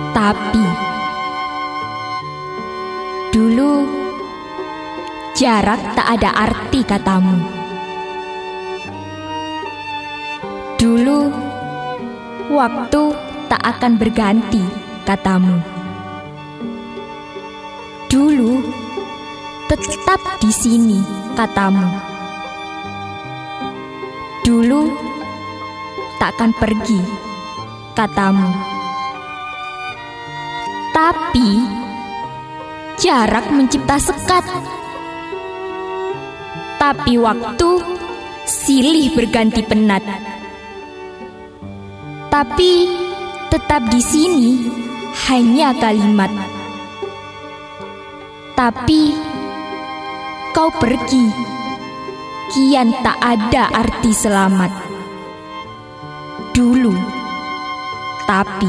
Tapi dulu jarak tak ada arti katamu. Dulu waktu tak akan berganti katamu. Dulu tetap di sini katamu. Dulu takkan pergi katamu. Tapi jarak mencipta sekat. Tapi waktu silih berganti penat. Tapi tetap di sini hanya kalimat. Tapi kau pergi, kian tak ada arti selamat. Dulu, tapi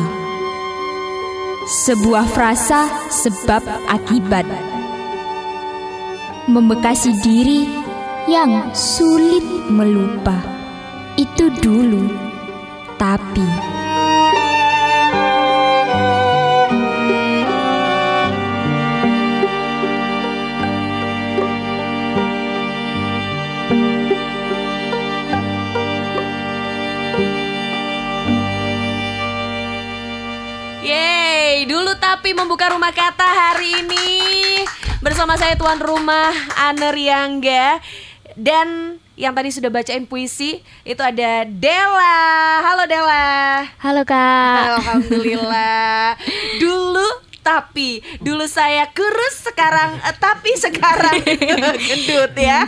sebuah frasa sebab akibat membekasi diri yang sulit melupa. Itu dulu, tapi Dulu tapi membuka rumah kata hari ini bersama saya tuan rumah Ane Riangga. Dan yang tadi sudah bacain puisi itu ada Della. Halo Della. halo Kak. Alhamdulillah. Dulu saya kurus, tapi sekarang gendut ya.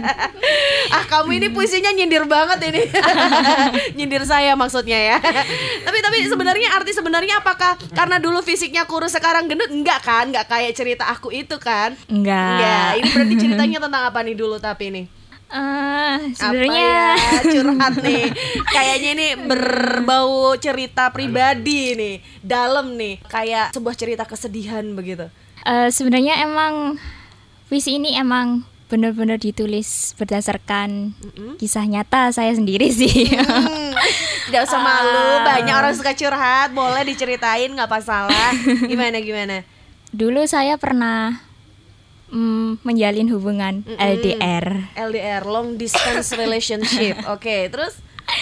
Kamu ini puisinya nyindir banget ini. Nyindir saya maksudnya ya. Tapi sebenarnya arti sebenarnya apakah karena dulu fisiknya kurus sekarang gendut? Enggak kan? Enggak kayak cerita aku itu kan? Enggak. Ini berarti ceritanya tentang apa nih dulu tapi nih? Sebenarnya apa ya, curhat nih. Kayaknya ini berbau cerita pribadi nih, dalam nih, kayak sebuah cerita kesedihan begitu. Sebenarnya emang puisi ini emang benar-benar ditulis berdasarkan kisah nyata saya sendiri sih. Tidak usah malu, banyak orang suka curhat, boleh diceritain, nggak masalah. Gimana? Dulu saya pernah menjalin hubungan LDR, long distance relationship. Oke, terus?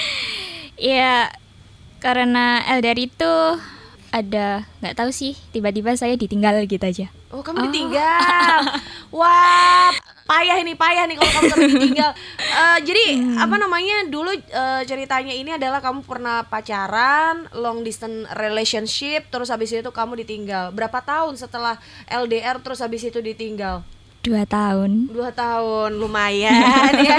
Ya, karena LDR itu ada, nggak tahu sih, tiba-tiba saya ditinggal gitu aja. Oh, kamu ditinggal. Wah, payah nih kalau kamu sampai ditinggal. Jadi apa namanya, dulu ceritanya ini adalah kamu pernah pacaran, long distance relationship, terus habis itu kamu ditinggal. Berapa tahun setelah LDR terus habis itu ditinggal? 2 tahun. 2 tahun, lumayan ya.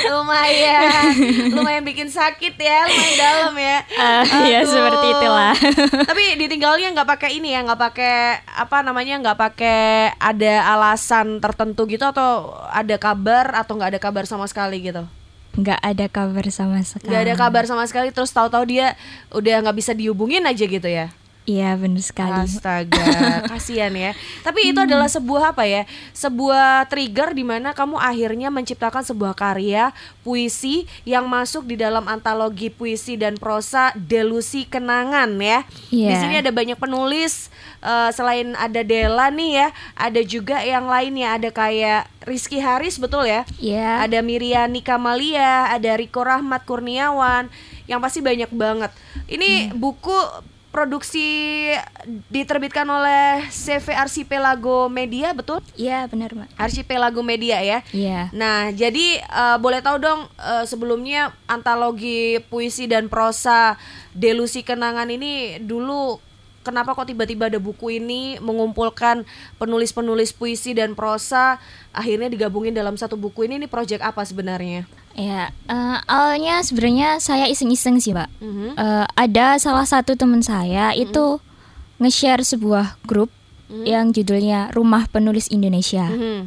Lumayan bikin sakit ya, lumayan dalam ya. Ya seperti itulah. Tapi ditinggalnya nggak pakai ini ya, nggak pakai apa namanya, nggak pakai ada alasan tertentu gitu, atau ada kabar atau nggak ada kabar sama sekali gitu? Nggak ada kabar sama sekali. Nggak ada kabar sama sekali, terus tahu-tahu dia udah nggak bisa dihubungin aja gitu ya? Iya, benar sekali. Astaga, kasihan ya. Tapi itu adalah sebuah apa ya? Sebuah trigger di mana kamu akhirnya menciptakan sebuah karya puisi yang masuk di dalam antologi puisi dan prosa Delusi Kenangan ya. Di sini ada banyak penulis, selain ada Della nih ya, ada juga yang lainnya, ada kayak Rizky Haris, betul ya? Iya. Ada Miriani Kamalia, ada Riko Rahmat Kurniawan, yang pasti banyak banget. Ini buku produksi diterbitkan oleh CV Archipelago Media, betul? Iya, benar, Mbak. Archipelago Media ya. Iya. Nah, jadi boleh tahu dong sebelumnya antologi puisi dan prosa Delusi Kenangan ini dulu kenapa kok tiba-tiba ada buku ini mengumpulkan penulis-penulis puisi dan prosa, akhirnya digabungin dalam satu buku ini proyek apa sebenarnya? Ya, awalnya sebenarnya saya iseng-iseng sih, Mbak. Ada salah satu teman saya itu nge-share sebuah grup yang judulnya Rumah Penulis Indonesia.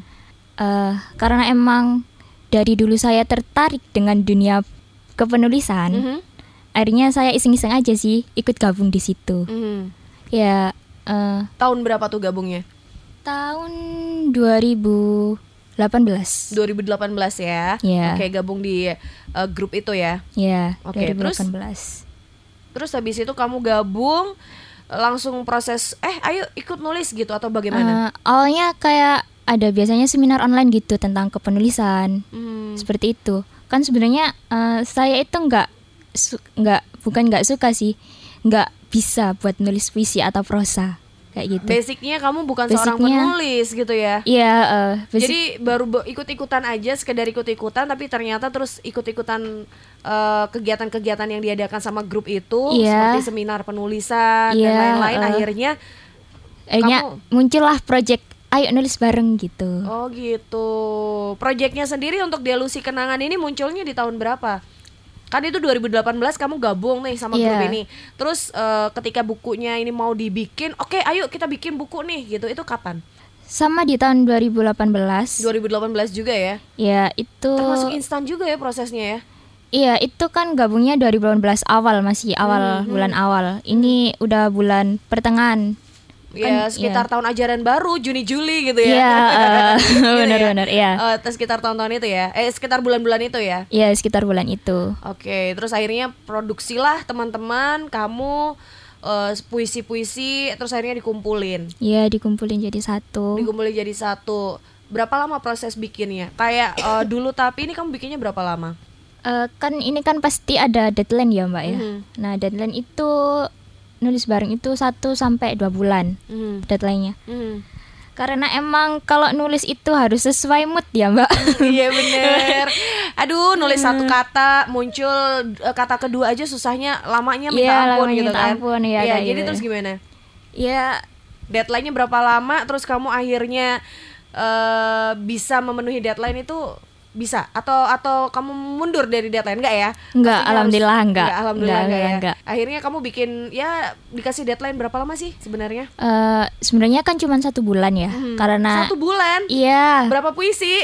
Karena emang dari dulu saya tertarik dengan dunia kepenulisan, akhirnya saya iseng-iseng aja sih ikut gabung di situ. Ya, tahun berapa tuh gabungnya? Tahun 2018 ya. Oke, gabung di grup itu ya. Iya, Oke, 2018. Terus habis itu kamu gabung, langsung proses ayo ikut nulis gitu atau bagaimana? Awalnya kayak ada biasanya seminar online gitu tentang kepenulisan. Seperti itu. Kan sebenarnya saya itu bukan nggak suka sih, nggak bisa buat nulis puisi atau prosa kayak gitu. Basicnya kamu bukan seorang penulis gitu ya? Iya. Jadi baru ikut-ikutan aja, sekedar ikut-ikutan, tapi ternyata terus ikut-ikutan kegiatan-kegiatan yang diadakan sama grup itu, seperti seminar penulisan dan lain-lain. Akhirnya muncullah project ayo nulis bareng gitu. Oh gitu. Projectnya sendiri untuk Delusi Kenangan ini munculnya di tahun berapa? Kan itu 2018 kamu gabung nih sama grup ini. Terus ketika bukunya ini mau dibikin, oke, ayo kita bikin buku nih gitu. Itu kapan? Sama di tahun 2018. 2018 juga ya? Iya, itu termasuk instan juga ya prosesnya ya? Iya, itu kan gabungnya 2018 awal, masih awal bulan awal. Ini udah bulan pertengahan. Ya, sekitar tahun ajaran baru, Juni-Juli gitu ya. Iya, benar-benar ya. Sekitar tahun-tahun itu ya. Sekitar bulan-bulan itu ya. Iya, sekitar bulan itu. Oke, terus akhirnya produksilah teman-teman, kamu puisi-puisi, terus akhirnya dikumpulin. Iya, dikumpulin jadi satu. Berapa lama proses bikinnya? Kayak dulu tapi ini kamu bikinnya berapa lama? Kan ini kan pasti ada deadline ya Mbak ya. Nah, deadline itu nulis bareng itu 1 sampai 2 bulan deadline-nya. Karena emang kalau nulis itu harus sesuai mood ya Mbak. Iya bener. Aduh, nulis satu kata muncul kata kedua aja susahnya, lamanya minta ampun gitu kan. Iya, jadi terus gimana? Ya, deadline-nya berapa lama? Terus kamu akhirnya bisa memenuhi deadline itu bisa atau kamu mundur dari deadline enggak ya? Enggak, alhamdulillah enggak. Enggak. Akhirnya kamu bikin ya dikasih deadline berapa lama sih sebenarnya? Sebenarnya kan cuma 1 bulan ya. Karena 1 bulan? Iya. Berapa puisi?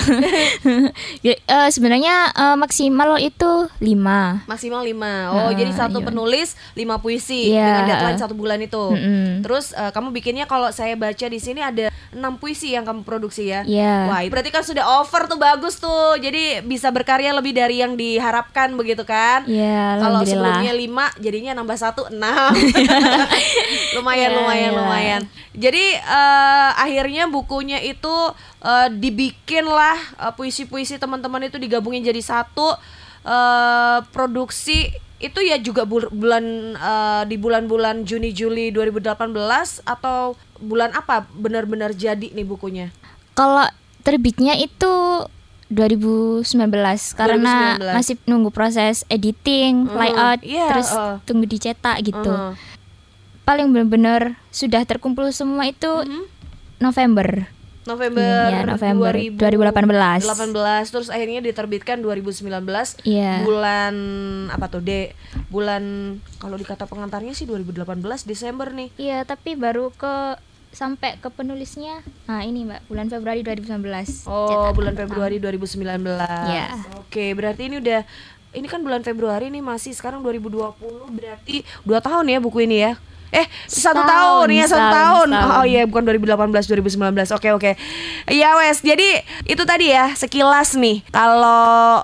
Sebenarnya maksimal itu 5. Maksimal 5. Oh, jadi satu penulis 5 puisi dengan deadline 1 bulan itu. Terus kamu bikinnya, kalau saya baca di sini ada 6 puisi yang kamu produksi ya. Wah, berarti kan sudah over tuh, bagus tuh. Jadi bisa berkarya lebih dari yang diharapkan begitu kan? Iya, kalau sebelumnya 5 jadinya nambah 1 6. lumayan. Jadi akhirnya bukunya itu dibikinlah, puisi-puisi teman-teman itu digabungin jadi satu, produksi itu ya juga di bulan-bulan Juni Juli 2018 atau bulan apa benar-benar jadi nih bukunya? Kalau terbitnya itu 2019 karena masih nunggu proses editing, layout, terus tunggu dicetak gitu. Paling benar-benar sudah terkumpul semua itu November. November 2018. Terus akhirnya diterbitkan 2019. Bulan apa tuh? Bulan, kalau di kata pengantarnya sih 2018 Desember nih. Iya, tapi baru sampai ke penulisnya. Nah, ini Mbak, bulan Februari 2019. Oh, bulan Februari 2019. Ya. Oke, berarti ini kan bulan Februari nih, masih sekarang 2020, berarti 2 tahun ya buku ini ya. 1 tahun ya, 1 tahun. Oh iya, bukan 2018 2019. Oke. Iya wes. Jadi itu tadi ya sekilas nih kalau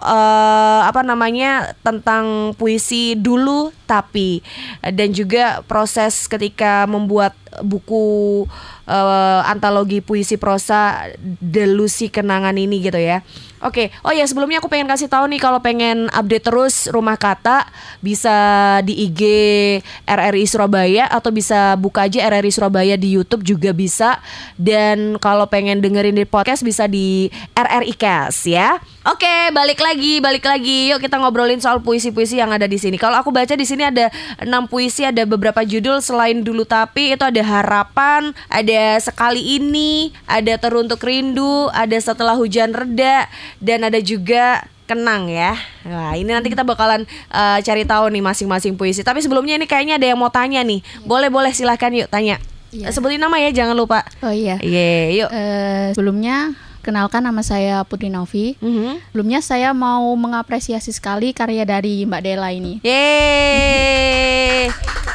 tentang puisi dulu tapi, dan juga proses ketika membuat buku antologi puisi prosa Delusi Kenangan ini gitu ya. Oke. Oh ya, sebelumnya aku pengen kasih tahu nih, kalau pengen update terus Rumah Kata bisa di IG RRI Surabaya, atau bisa buka aja RRI Surabaya di YouTube juga bisa. Dan kalau pengen dengerin di podcast bisa di RRI Cast ya. Oke, balik lagi. Yuk kita ngobrolin soal puisi-puisi yang ada di sini. Kalau aku baca di sini ada 6 puisi, ada beberapa judul selain Dulu Tapi, itu ada Harapan, ada Sekali Ini, ada Teruntuk Rindu, ada Setelah Hujan Reda, dan ada juga Kenang ya. Wah, ini nanti kita bakalan cari tahu nih masing-masing puisi. Tapi sebelumnya ini kayaknya ada yang mau tanya nih. Boleh silahkan yuk tanya. Sebutin nama ya, jangan lupa. Oh iya. Yuk. Sebelumnya kenalkan, nama saya Putri Novi. Sebelumnya saya mau mengapresiasi sekali karya dari Mbak Dela ini. Yeay.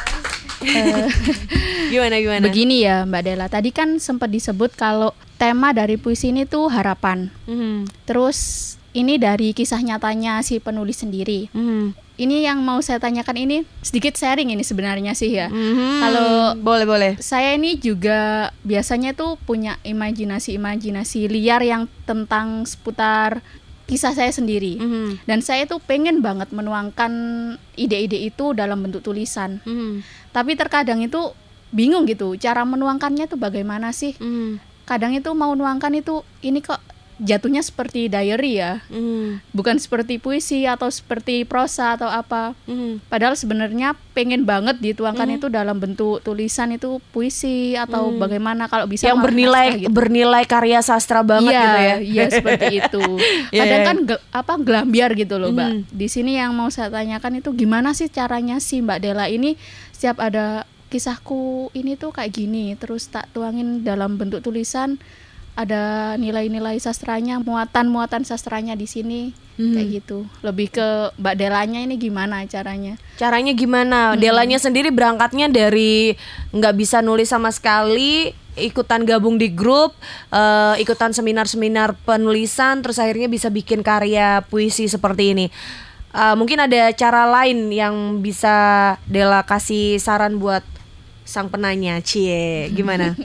Gimana? Begini ya Mbak Dela, tadi kan sempat disebut kalau tema dari puisi ini tuh harapan. Terus ini dari kisah nyatanya si penulis sendiri. ini yang mau saya tanyakan ini sedikit sharing ini sebenarnya sih ya. Kalau boleh. Saya ini juga biasanya tuh punya imajinasi liar yang tentang seputar kisah saya sendiri. Dan saya tuh pengen banget menuangkan ide-ide itu dalam bentuk tulisan. Tapi terkadang itu bingung gitu, cara menuangkannya tuh bagaimana sih? Kadang itu mau nuangkan itu ini kok jatuhnya seperti diary ya, bukan seperti puisi atau seperti prosa atau apa. Padahal sebenarnya pengen banget dituangkan itu dalam bentuk tulisan, itu puisi atau bagaimana kalau bisa yang bernilai karya sastra banget gitu ya. Iya seperti itu. Kadang kan gelambiar gitu loh Mbak. Di sini yang mau saya tanyakan itu gimana sih caranya si Mbak Della ini setiap ada kisahku ini tuh kayak gini, terus tak tuangin dalam bentuk tulisan. Ada nilai-nilai sastranya, muatan sastranya di sini, kayak gitu. Lebih ke Mbak Dellanya ini gimana caranya? Caranya gimana? Dellanya sendiri berangkatnya dari nggak bisa nulis sama sekali, ikutan gabung di grup, ikutan seminar-seminar penulisan, terus akhirnya bisa bikin karya puisi seperti ini. Mungkin ada cara lain yang bisa Della kasih saran buat sang penanya, gimana?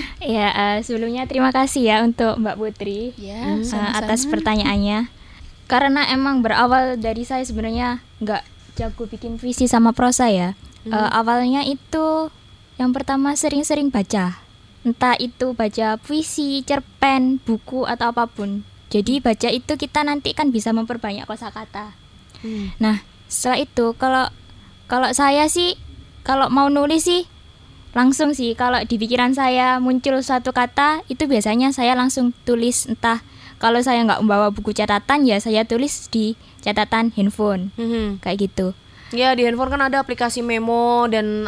Ya, sebelumnya terima kasih ya untuk Mbak Putri atas pertanyaannya. Karena emang berawal dari saya sebenarnya nggak jago bikin puisi sama prosa ya. Awalnya itu yang pertama sering-sering baca, entah itu baca puisi, cerpen, buku atau apapun. Jadi baca itu kita nanti kan bisa memperbanyak kosakata. Nah, setelah itu kalau saya sih kalau mau nulis sih langsung sih, kalau di pikiran saya muncul suatu kata itu biasanya saya langsung tulis, entah kalau saya nggak membawa buku catatan ya saya tulis di catatan handphone, kayak gitu. Ya di handphone kan ada aplikasi memo dan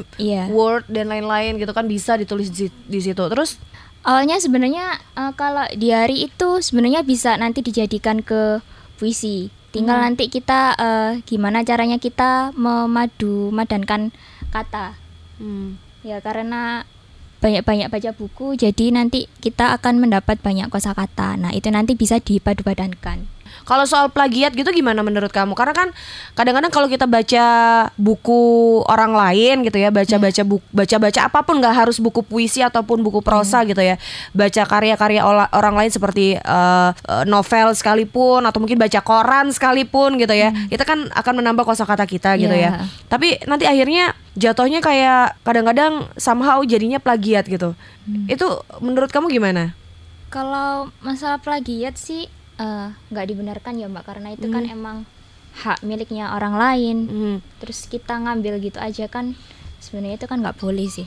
Word dan lain-lain gitu kan, bisa ditulis di situ. Terus awalnya sebenarnya kalau diary itu sebenarnya bisa nanti dijadikan ke puisi. Tinggal nanti kita gimana caranya kita memadankan kata. Ya karena banyak-banyak baca buku, jadi nanti kita akan mendapat banyak kosakata. Nah itu nanti bisa dipadu-padankan. Kalau soal plagiat gitu gimana menurut kamu? Karena kan kadang-kadang kalau kita baca buku orang lain gitu ya, baca apapun, nggak harus buku puisi ataupun buku prosa gitu ya, baca karya-karya orang lain seperti novel sekalipun atau mungkin baca koran sekalipun gitu ya, kita kan akan menambah kosakata kita gitu ya. Tapi nanti akhirnya jatuhnya kayak kadang-kadang somehow jadinya plagiat gitu. Itu menurut kamu gimana? Kalau masalah plagiat sih nggak dibenarkan ya Mbak, karena itu kan emang hak miliknya orang lain. Terus kita ngambil gitu aja kan sebenarnya itu kan nggak boleh sih.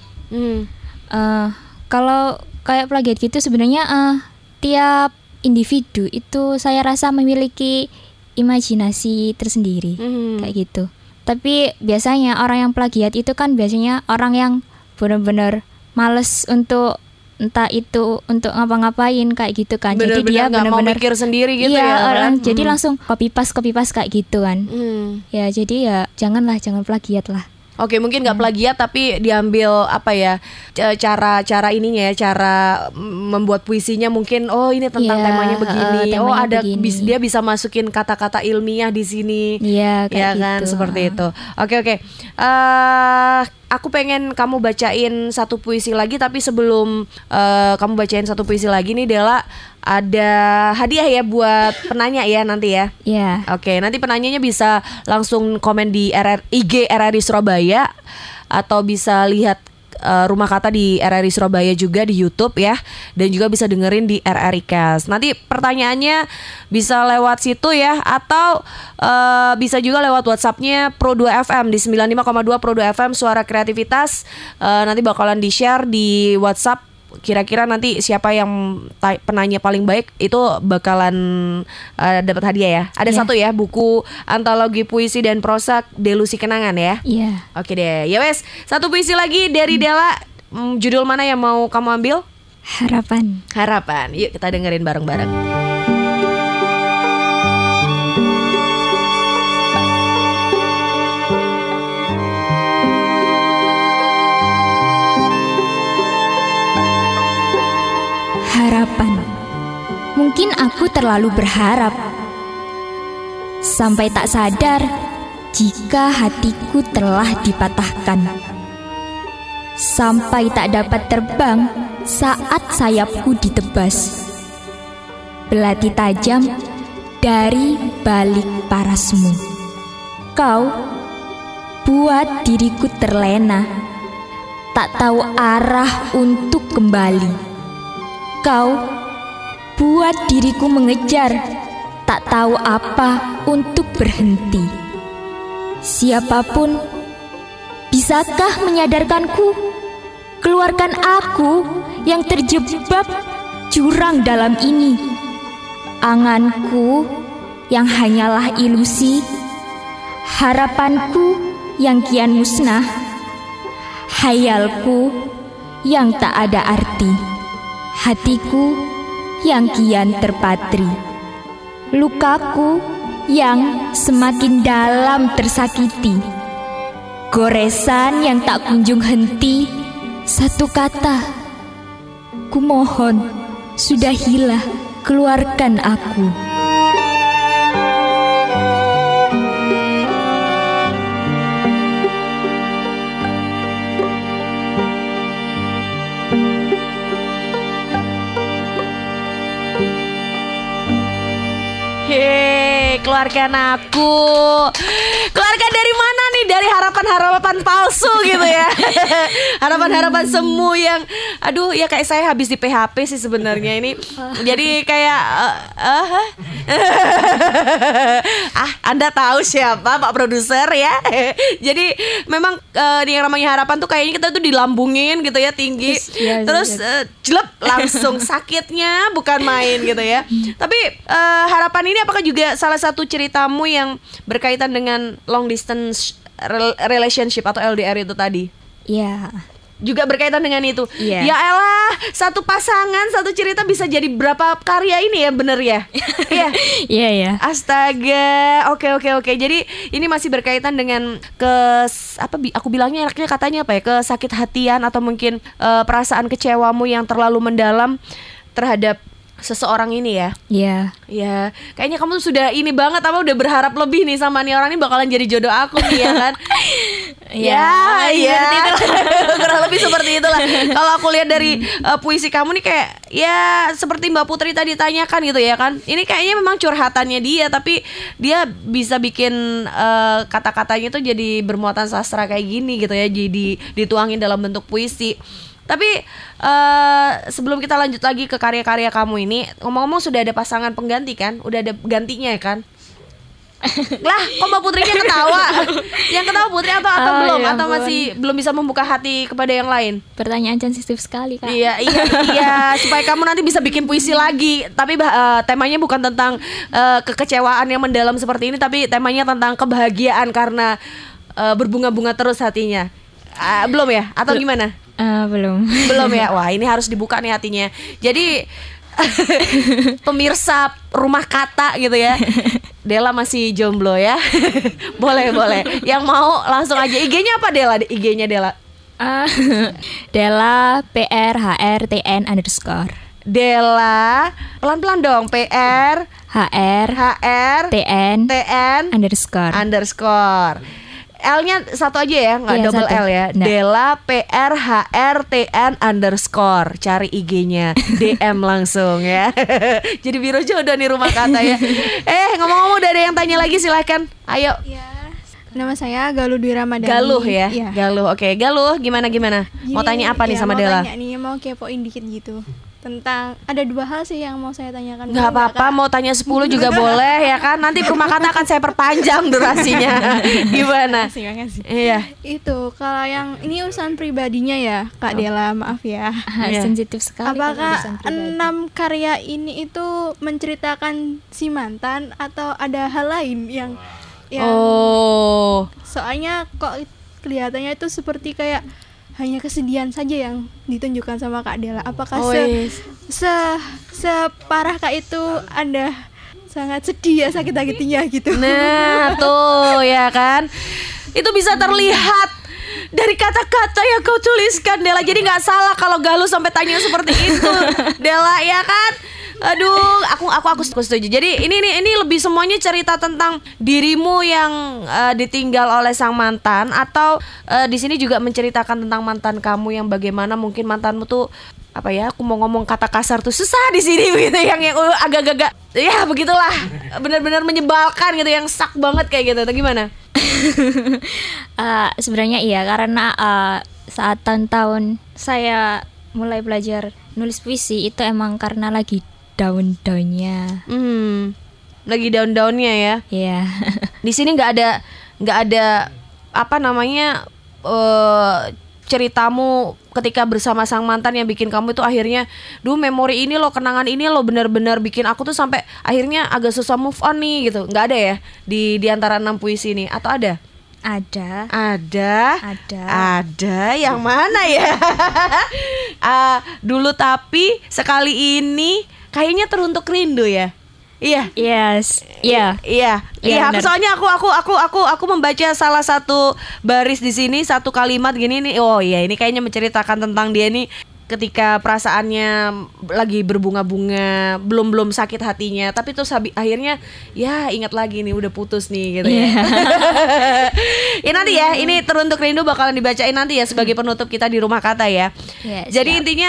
Kalau kayak plagiat gitu sebenarnya tiap individu itu saya rasa memiliki imajinasi tersendiri, kayak gitu. Tapi biasanya orang yang plagiat itu kan biasanya orang yang benar-benar males untuk entah itu untuk ngapa-ngapain kayak gitu kan. Bener-bener jadi dia benar-benar mau mikir sendiri gitu ya kan? Jadi langsung copy paste kayak gitu kan. Ya jadi ya jangan plagiat lah. Oke, mungkin nggak plagiat tapi diambil cara ininya ya, cara membuat puisinya mungkin ini tentang temanya begini. Temanya begini. Dia bisa masukin kata-kata ilmiah di sini. Iya, kayak ya gitu. kan, seperti itu. Oke. Aku pengen kamu bacain satu puisi lagi, tapi sebelum kamu bacain satu puisi lagi nih Della, ada hadiah ya buat penanya ya nanti ya. Iya. Oke, nanti penanyanya bisa langsung komen di IG RRI Surabaya atau bisa lihat Rumah Kata di RRI Surabaya juga di YouTube ya, dan juga bisa dengerin di RRI Cast. Nanti pertanyaannya bisa lewat situ ya, atau bisa juga lewat WhatsAppnya Pro2 FM di 95,2 Pro2 FM Suara Kreativitas. Nanti bakalan di-share di WhatsApp. Kira-kira nanti siapa yang penanya paling baik itu bakalan dapat hadiah ya. Ada satu ya, buku antologi puisi dan prosa Delusi Kenangan ya. Iya. Oke deh. Ya wes, satu puisi lagi dari Della. Judul mana yang mau kamu ambil? Harapan. Yuk kita dengerin bareng-bareng. Harapan. Mungkin aku terlalu berharap sampai tak sadar jika hatiku telah dipatahkan, sampai tak dapat terbang saat sayapku ditebas. Belati tajam dari balik parasmu, kau buat diriku terlena, tak tahu arah untuk kembali. Kau buat diriku mengejar, tak tahu apa untuk berhenti. Siapapun, bisakah menyadarkanku? Keluarkan aku yang terjebak jurang dalam ini. Anganku yang hanyalah ilusi, harapanku yang kian musnah, hayalku yang tak ada arti, hatiku yang kian terpatri, lukaku yang semakin dalam tersakiti, goresan yang tak kunjung henti. Satu kata, ku mohon, sudahilah, keluarkan aku. Keluarkan aku. Keluarkan dari mana nih? Dari harapan-harapan palsu gitu ya. Harapan-harapan semu yang aduh ya kayak saya habis di PHP sih sebenarnya ini. Jadi kayak Anda tahu siapa Pak produser ya. Jadi memang yang namanya harapan tuh kayaknya kita tuh dilambungin gitu ya tinggi. Terus jelek langsung sakitnya bukan main gitu ya. Tapi harapan ini apakah juga salah satu ceritamu yang berkaitan dengan long distance relationship atau LDR itu tadi? Iya. Juga berkaitan dengan itu. Iya. Ya elah, satu pasangan, satu cerita bisa jadi berapa karya ini ya, bener ya? Iya. Iya, iya. Astaga. Oke. Jadi ini masih berkaitan dengan aku bilangnya enaknya katanya apa ya? Kesakit hatian atau mungkin perasaan kecewamu yang terlalu mendalam terhadap seseorang ini ya. Iya. Ya, kayaknya kamu sudah ini banget apa udah berharap lebih nih sama nih orang ini bakalan jadi jodoh aku nih ya kan. Iya. Kurang lebih seperti itulah. Kalau aku lihat dari puisi kamu nih kayak ya seperti Mbak Putri tadi tanyakan gitu ya kan. Ini kayaknya memang curhatannya dia, tapi dia bisa bikin kata-katanya tuh jadi bermuatan sastra kayak gini gitu ya. Jadi dituangin dalam bentuk puisi. Tapi sebelum kita lanjut lagi ke karya-karya kamu ini, ngomong-ngomong sudah ada pasangan pengganti kan? Udah ada gantinya ya kan? Lah, kok Mbak Putrinya ketawa? Yang ketawa Putri atau belum? Ya atau masih belum bisa membuka hati kepada yang lain? Pertanyaan sensitif sekali, Kak. Iya, supaya kamu nanti bisa bikin puisi lagi. Tapi temanya bukan tentang kekecewaan yang mendalam seperti ini, tapi temanya tentang kebahagiaan karena berbunga-bunga terus hatinya. Belum ya? Atau gimana? Belum ya. Wah, ini harus dibuka nih hatinya. Jadi pemirsa rumah kata gitu ya, Della masih jomblo ya. Boleh. Yang mau langsung aja. IG-nya apa Della? IG-nya Della. Della PRHRTN _ Della pelan-pelan dong. PRHRTN _ L-nya satu aja ya, nggak double satu. L ya. Nah. Della PRHRTN _ cari IG-nya, DM langsung ya. Jadi biro jodoh nih rumah kata ya. Ngomong-ngomong udah ada yang tanya lagi, silahkan. Ayo. Ya. Nama saya Galuh Dwi Ramadhani. Galuh ya. Galuh. Oke, Galuh gimana? Mau tanya apa nih sama Della? Mau kepoin dikit gitu. Tentang ada 2 hal sih yang mau saya tanyakan. Gak apa-apa, mau tanya 10 juga boleh ya kan. Nanti rumah kata akan saya perpanjang durasinya. Gimana? Makasih. Iya. Itu kalau yang ini urusan pribadinya ya Kak Della, maaf ya. Sensitif sekali. Apakah 6 karya ini itu menceritakan si mantan atau ada hal lain yang soalnya kok kelihatannya itu seperti kayak hanya kesedihan saja yang ditunjukkan sama Kak Della. Apakah separah Kak itu Anda sangat sedih ya, sakit hatinya gitu? Nah tuh ya kan, itu bisa terlihat dari kata-kata yang kau tuliskan Della. Jadi nggak salah kalau Galuh sampai tanya seperti itu Della ya kan. Aduh, aku setuju. Jadi ini lebih semuanya cerita tentang dirimu yang ditinggal oleh sang mantan, atau di sini juga menceritakan tentang mantan kamu yang bagaimana mungkin mantanmu tuh apa ya? Aku mau ngomong kata kasar tuh susah di sini gitu, yang agak-agak ya begitulah, benar-benar menyebalkan gitu, yang sak banget kayak gitu. Atau gimana? Sebenarnya iya, karena saat tahun-tahun saya mulai belajar nulis puisi itu emang karena lagi daun-daunnya. Lagi daun-daunnya ya. Iya. Di sini nggak ada apa namanya ceritamu ketika bersama sang mantan yang bikin kamu itu akhirnya, memori ini loh, kenangan ini loh benar-benar bikin aku tuh sampai akhirnya agak susah move on nih gitu. Nggak ada ya di antara 6 puisi ini, atau ada? Ada. Yang mana ya? Dulu tapi sekali ini kayaknya teruntuk rindu ya. Iya. Yes. Iya. Iya. Soalnya aku membaca salah satu baris di sini, satu kalimat gini nih. Oh iya, ini kayaknya menceritakan tentang dia nih ketika perasaannya lagi berbunga-bunga, belum sakit hatinya, tapi terus akhirnya ya ingat lagi nih udah putus nih gitu ya. Ya nanti ya, ini teruntuk rindu bakalan dibacain nanti ya sebagai penutup kita di Rumah Kata ya. Jadi intinya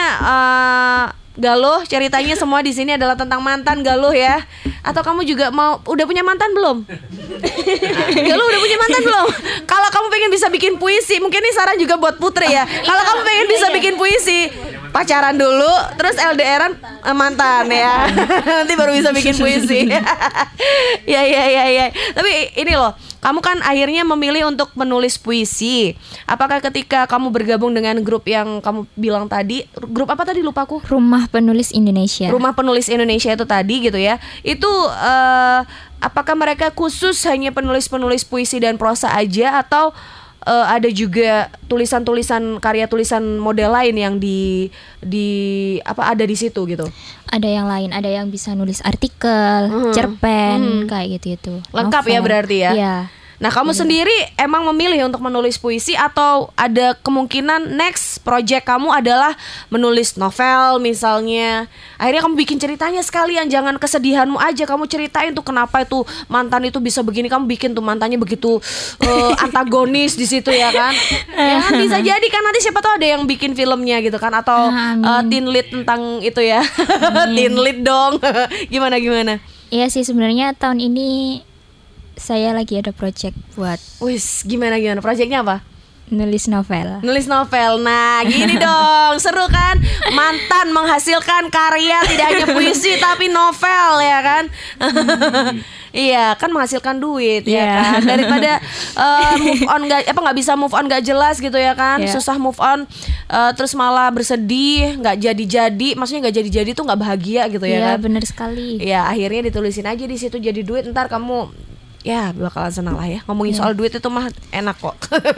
Galuh, ceritanya semua di sini adalah tentang mantan Galuh ya. Atau kamu juga udah punya mantan belum? Galuh udah punya mantan belum? Kalau kamu pengen bisa bikin puisi, mungkin ini saran juga buat Putri ya. Kalau kamu pengen bisa bikin puisi, pacaran dulu, terus LDRan mantan ya. Nanti baru bisa bikin puisi. Ya. Tapi ini loh, kamu kan akhirnya memilih untuk menulis puisi. Apakah ketika kamu bergabung dengan grup yang kamu bilang tadi, grup apa tadi, lupa aku? Rumah Penulis Indonesia. Rumah Penulis Indonesia itu tadi gitu ya. Itu apakah mereka khusus hanya penulis-penulis puisi dan prosa aja, atau ada juga tulisan-tulisan, karya tulisan model lain yang ada di situ gitu? Ada yang lain, ada yang bisa nulis artikel, cerpen, kayak gitu. Lengkap ya berarti ya? Iya. Nah, kamu sendiri emang memilih untuk menulis puisi, atau ada kemungkinan next project kamu adalah menulis novel misalnya? Akhirnya kamu bikin ceritanya sekalian, jangan kesedihanmu aja, kamu ceritain tuh kenapa itu mantan itu bisa begini, kamu bikin tuh mantannya begitu antagonis di situ ya kan? Ya kan bisa jadi kan, nanti siapa tahu ada yang bikin filmnya gitu kan, atau teen lead tentang itu ya. Teen lead dong. Gimana? Iya sih, sebenarnya tahun ini saya lagi ada project buat gimana projectnya apa? Nulis novel. Nah gini dong, seru kan? Mantan menghasilkan karya tidak hanya puisi tapi novel ya kan? Iya kan, menghasilkan duit ya kan, daripada move on nggak bisa move on, nggak jelas gitu ya kan, susah move on, terus malah bersedih nggak jadi, maksudnya nggak jadi tuh nggak bahagia gitu ya kan? Benar sekali. Ya akhirnya ditulisin aja di situ, jadi duit, ntar kamu ya bakalan senang lah ya. Ngomongin soal duit itu mah enak kok.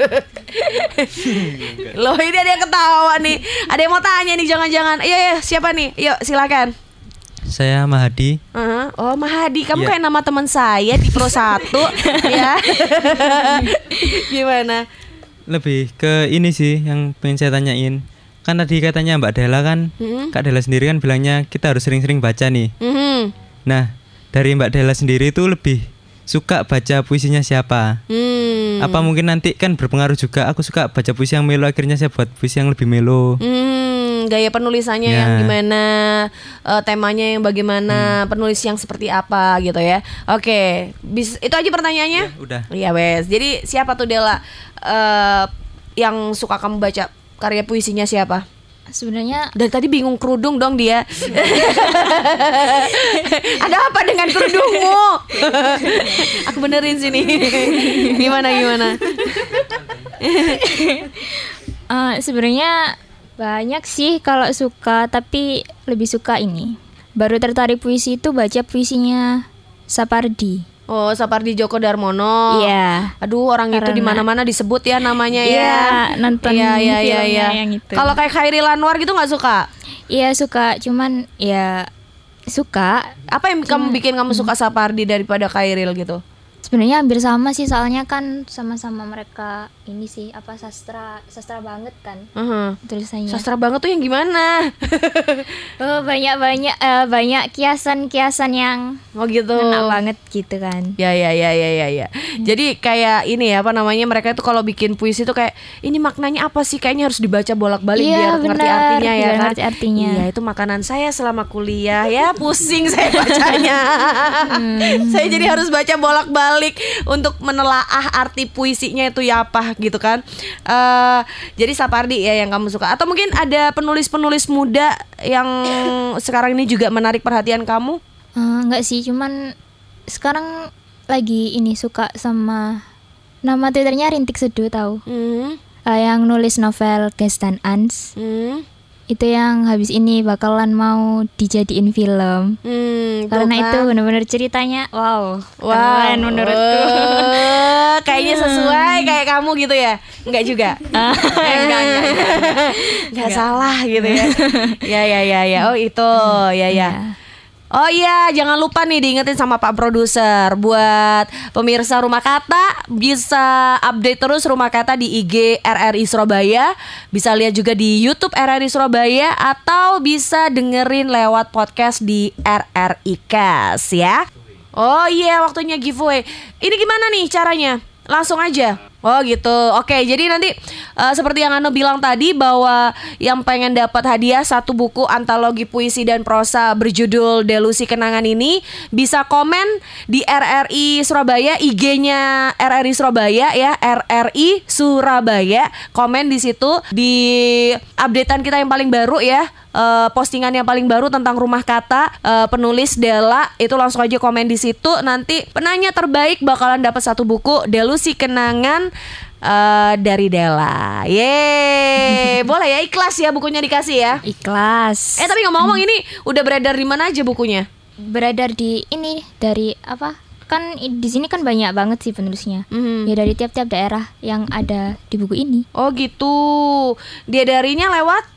Loh, ini ada yang ketawa nih. Ada yang mau tanya nih, jangan-jangan. Iya, siapa nih? Yuk, silakan. Saya Mahadi. Oh, Mahadi, kamu kayak nama teman saya di Pro 1 ya. Gimana? Lebih ke ini sih yang pengen saya tanyain. Kan tadi katanya Mbak Della kan, Kak Della sendiri kan bilangnya kita harus sering-sering baca nih. Nah, dari Mbak Della sendiri itu lebih suka baca puisinya siapa? Apa mungkin nanti kan berpengaruh juga, aku suka baca puisi yang melo, akhirnya saya buat puisi yang lebih melo. Gaya penulisannya yang gimana, temanya yang bagaimana, penulis yang seperti apa gitu ya. Oke, itu aja pertanyaannya? Ya, udah. Iya wes. Jadi siapa tuh Della yang suka kamu baca karya puisinya siapa? Sebenarnya dari tadi bingung kerudung dong dia. Ada apa dengan kerudungmu? Aku benerin sini. Gimana? Sebenarnya banyak sih kalau suka, tapi lebih suka ini. Baru tertarik puisi itu baca puisinya Sapardi. Oh, Sapardi Djoko Darmono. Iya. Aduh, orang itu di mana-mana disebut ya namanya ya. Iya, nonton filmnya yang itu. Kalau kayak Khairil Anwar gitu nggak suka? Iya, suka. Cuman ya suka. Apa yang kamu bikin kamu suka Sapardi daripada Khairil gitu? Sebenarnya hampir sama sih, soalnya kan sama-sama mereka ini sih apa sastra banget kan tulisannya. Sastra banget tuh yang gimana? banyak kiasan yang gitu. ngena banget gitu kan. Ya. Jadi kayak ini ya, apa namanya, mereka itu kalau bikin puisi tuh kayak ini maknanya apa sih? Kayaknya harus dibaca bolak-balik biar ngerti artinya ya kan. Ngerti artinya. Iya, itu makanan saya selama kuliah ya, pusing saya bacanya. Saya jadi harus baca bolak-balik untuk menelaah arti puisinya itu ya apa gitu kan. Jadi Sapardi ya yang kamu suka, atau mungkin ada penulis-penulis muda yang sekarang ini juga menarik perhatian kamu? Enggak sih, cuman sekarang lagi ini suka sama nama Twitternya Rintik Seduh, tahu? Yang nulis novel Gestan Ans. Itu yang habis ini bakalan mau dijadiin film. Karena kan? itu benar-benar ceritanya wow keren menurutku. Kayaknya sesuai kayak kamu gitu ya. Enggak juga. Enggak salah gitu ya. Ya. Oh itu ya. Oh iya, jangan lupa nih diingetin sama Pak Produser, buat pemirsa Rumah Kata bisa update terus Rumah Kata di IG RRI Surabaya, bisa lihat juga di YouTube RRI Surabaya, atau bisa dengerin lewat podcast di RRI Cast ya. Oh iya, waktunya giveaway. Ini gimana nih caranya? Langsung aja. Oh gitu. Oke, jadi nanti seperti yang Ano bilang tadi, bahwa yang pengen dapat hadiah satu buku antologi puisi dan prosa berjudul Delusi Kenangan ini bisa komen di RRI Surabaya, IG-nya RRI Surabaya ya, RRI Surabaya. Komen di situ di updatean kita yang paling baru ya. Postingan yang paling baru tentang Rumah Kata, penulis Della, itu langsung aja komen di situ. Nanti penanya terbaik bakalan dapat satu buku Delusi Kenangan dari Della. Yeay. Boleh ya, ikhlas ya bukunya dikasih ya. Ikhlas. Tapi ngomong-ngomong, ini udah beredar di mana aja bukunya? Beredar di ini, dari apa? Kan di sini kan banyak banget sih penulisnya. Ya dari tiap-tiap daerah yang ada di buku ini. Oh gitu. Dia darinya lewat?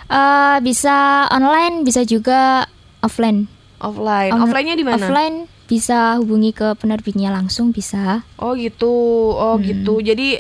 Bisa online, bisa juga offline. Offline-nya di mana? Offline bisa hubungi ke penerbitnya langsung, bisa. Oh gitu. Gitu. Jadi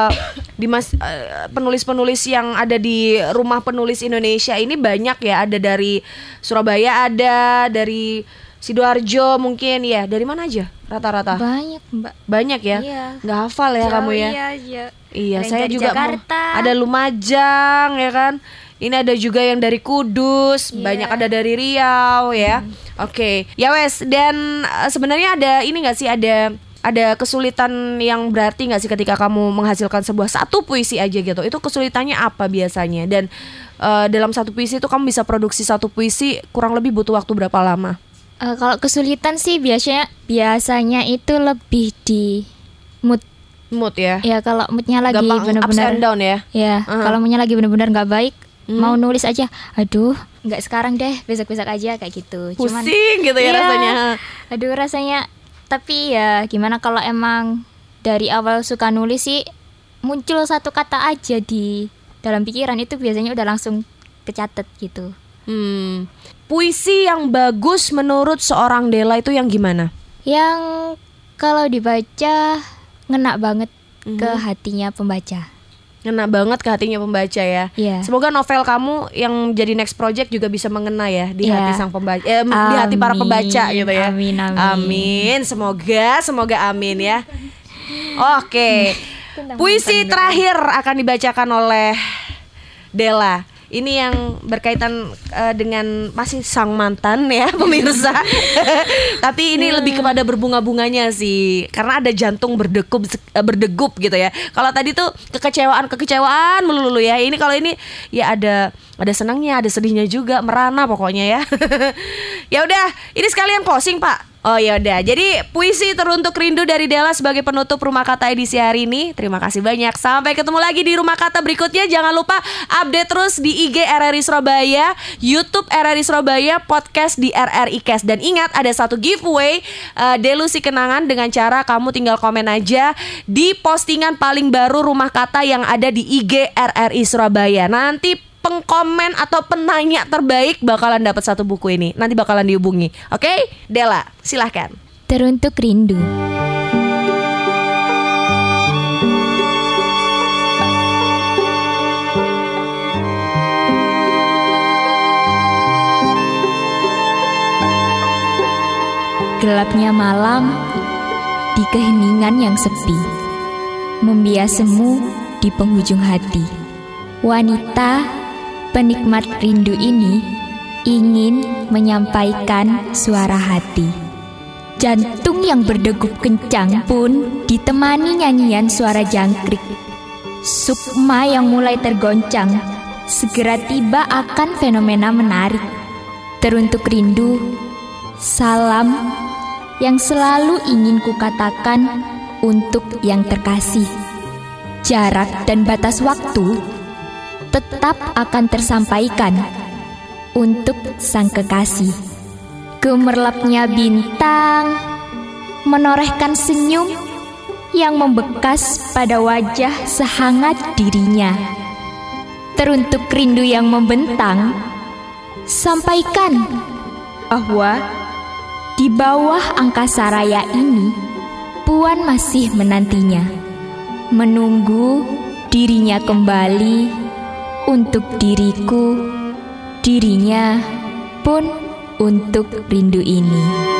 penulis-penulis yang ada di Rumah Penulis Indonesia ini banyak ya. Ada dari Surabaya, ada dari Sidoarjo mungkin ya. Dari mana aja rata-rata? Banyak, Mbak. Banyak ya? Iya. Nggak hafal ya kamu ya? Iya, saya juga Jakarta. ada Lumajang ya kan. Ini ada juga yang dari Kudus, banyak ada dari Riau ya. Oke. Ya wes, dan sebenarnya ada ini nggak sih, ada kesulitan yang berarti nggak sih ketika kamu menghasilkan satu puisi aja gitu? Itu kesulitannya apa biasanya? Dan dalam satu puisi itu kamu bisa produksi satu puisi kurang lebih butuh waktu berapa lama? Kalau kesulitan sih biasanya itu lebih di mood ya. Ya kalau moodnya lagi benar-benar ups and down ya. Ya, kalau moodnya lagi benar-benar nggak baik, mau nulis aja, aduh nggak sekarang deh, besok-besok aja kayak gitu. Pusing gitu ya rasanya. Aduh rasanya. Tapi ya gimana, kalau emang dari awal suka nulis sih, muncul satu kata aja di dalam pikiran, itu biasanya udah langsung kecatet gitu. Puisi yang bagus menurut seorang Della itu yang gimana? Yang kalau dibaca ngena banget ke hatinya pembaca. Ngena banget ke hatinya pembaca ya. Semoga novel kamu yang jadi next project juga bisa mengena ya di hati sang pembaca, di hati para pembaca gitu ya. Amin. Semoga amin ya. Oke. Puisi terakhir akan dibacakan oleh Della. Ini yang berkaitan dengan masih sang mantan ya pemirsa. Tapi ini lebih kepada berbunga-bunganya sih, karena ada jantung berdegup gitu ya. Kalau tadi tuh kekecewaan melulu ya. Ini kalau ini ya ada senangnya, ada sedihnya juga, merana pokoknya ya. Ya udah, ini sekalian closing Pak. Oh ya udah, jadi puisi teruntuk rindu dari Della sebagai penutup Rumah Kata edisi hari ini. Terima kasih banyak. Sampai ketemu lagi di Rumah Kata berikutnya. Jangan lupa update terus di IG RRI Surabaya, YouTube RRI Surabaya, podcast di RRI Cast. Dan ingat, ada satu giveaway Delusi Kenangan dengan cara kamu tinggal komen aja di postingan paling baru Rumah Kata yang ada di IG RRI Surabaya. Nanti pengkomen atau penanya terbaik bakalan dapat satu buku ini. Nanti bakalan dihubungi. Oke? Della, silahkan. Teruntuk rindu. gelapnya malam, di keheningan yang sepi, membias semu di penghujung hati. Wanita penikmat rindu ini ingin menyampaikan suara hati. Jantung yang berdegup kencang pun ditemani nyanyian suara jangkrik. Sukma yang mulai tergoncang segera tiba akan fenomena menarik. Teruntuk rindu, salam yang selalu ingin kukatakan untuk yang terkasih. Jarak dan batas waktu tetap akan tersampaikan untuk sang kekasih. Gemerlapnya bintang menorehkan senyum yang membekas pada wajah sehangat dirinya. Teruntuk rindu yang membentang, sampaikan bahwa di bawah angkasa raya ini Puan masih menantinya, menunggu dirinya kembali untuk diriku, dirinya pun untuk rindu ini.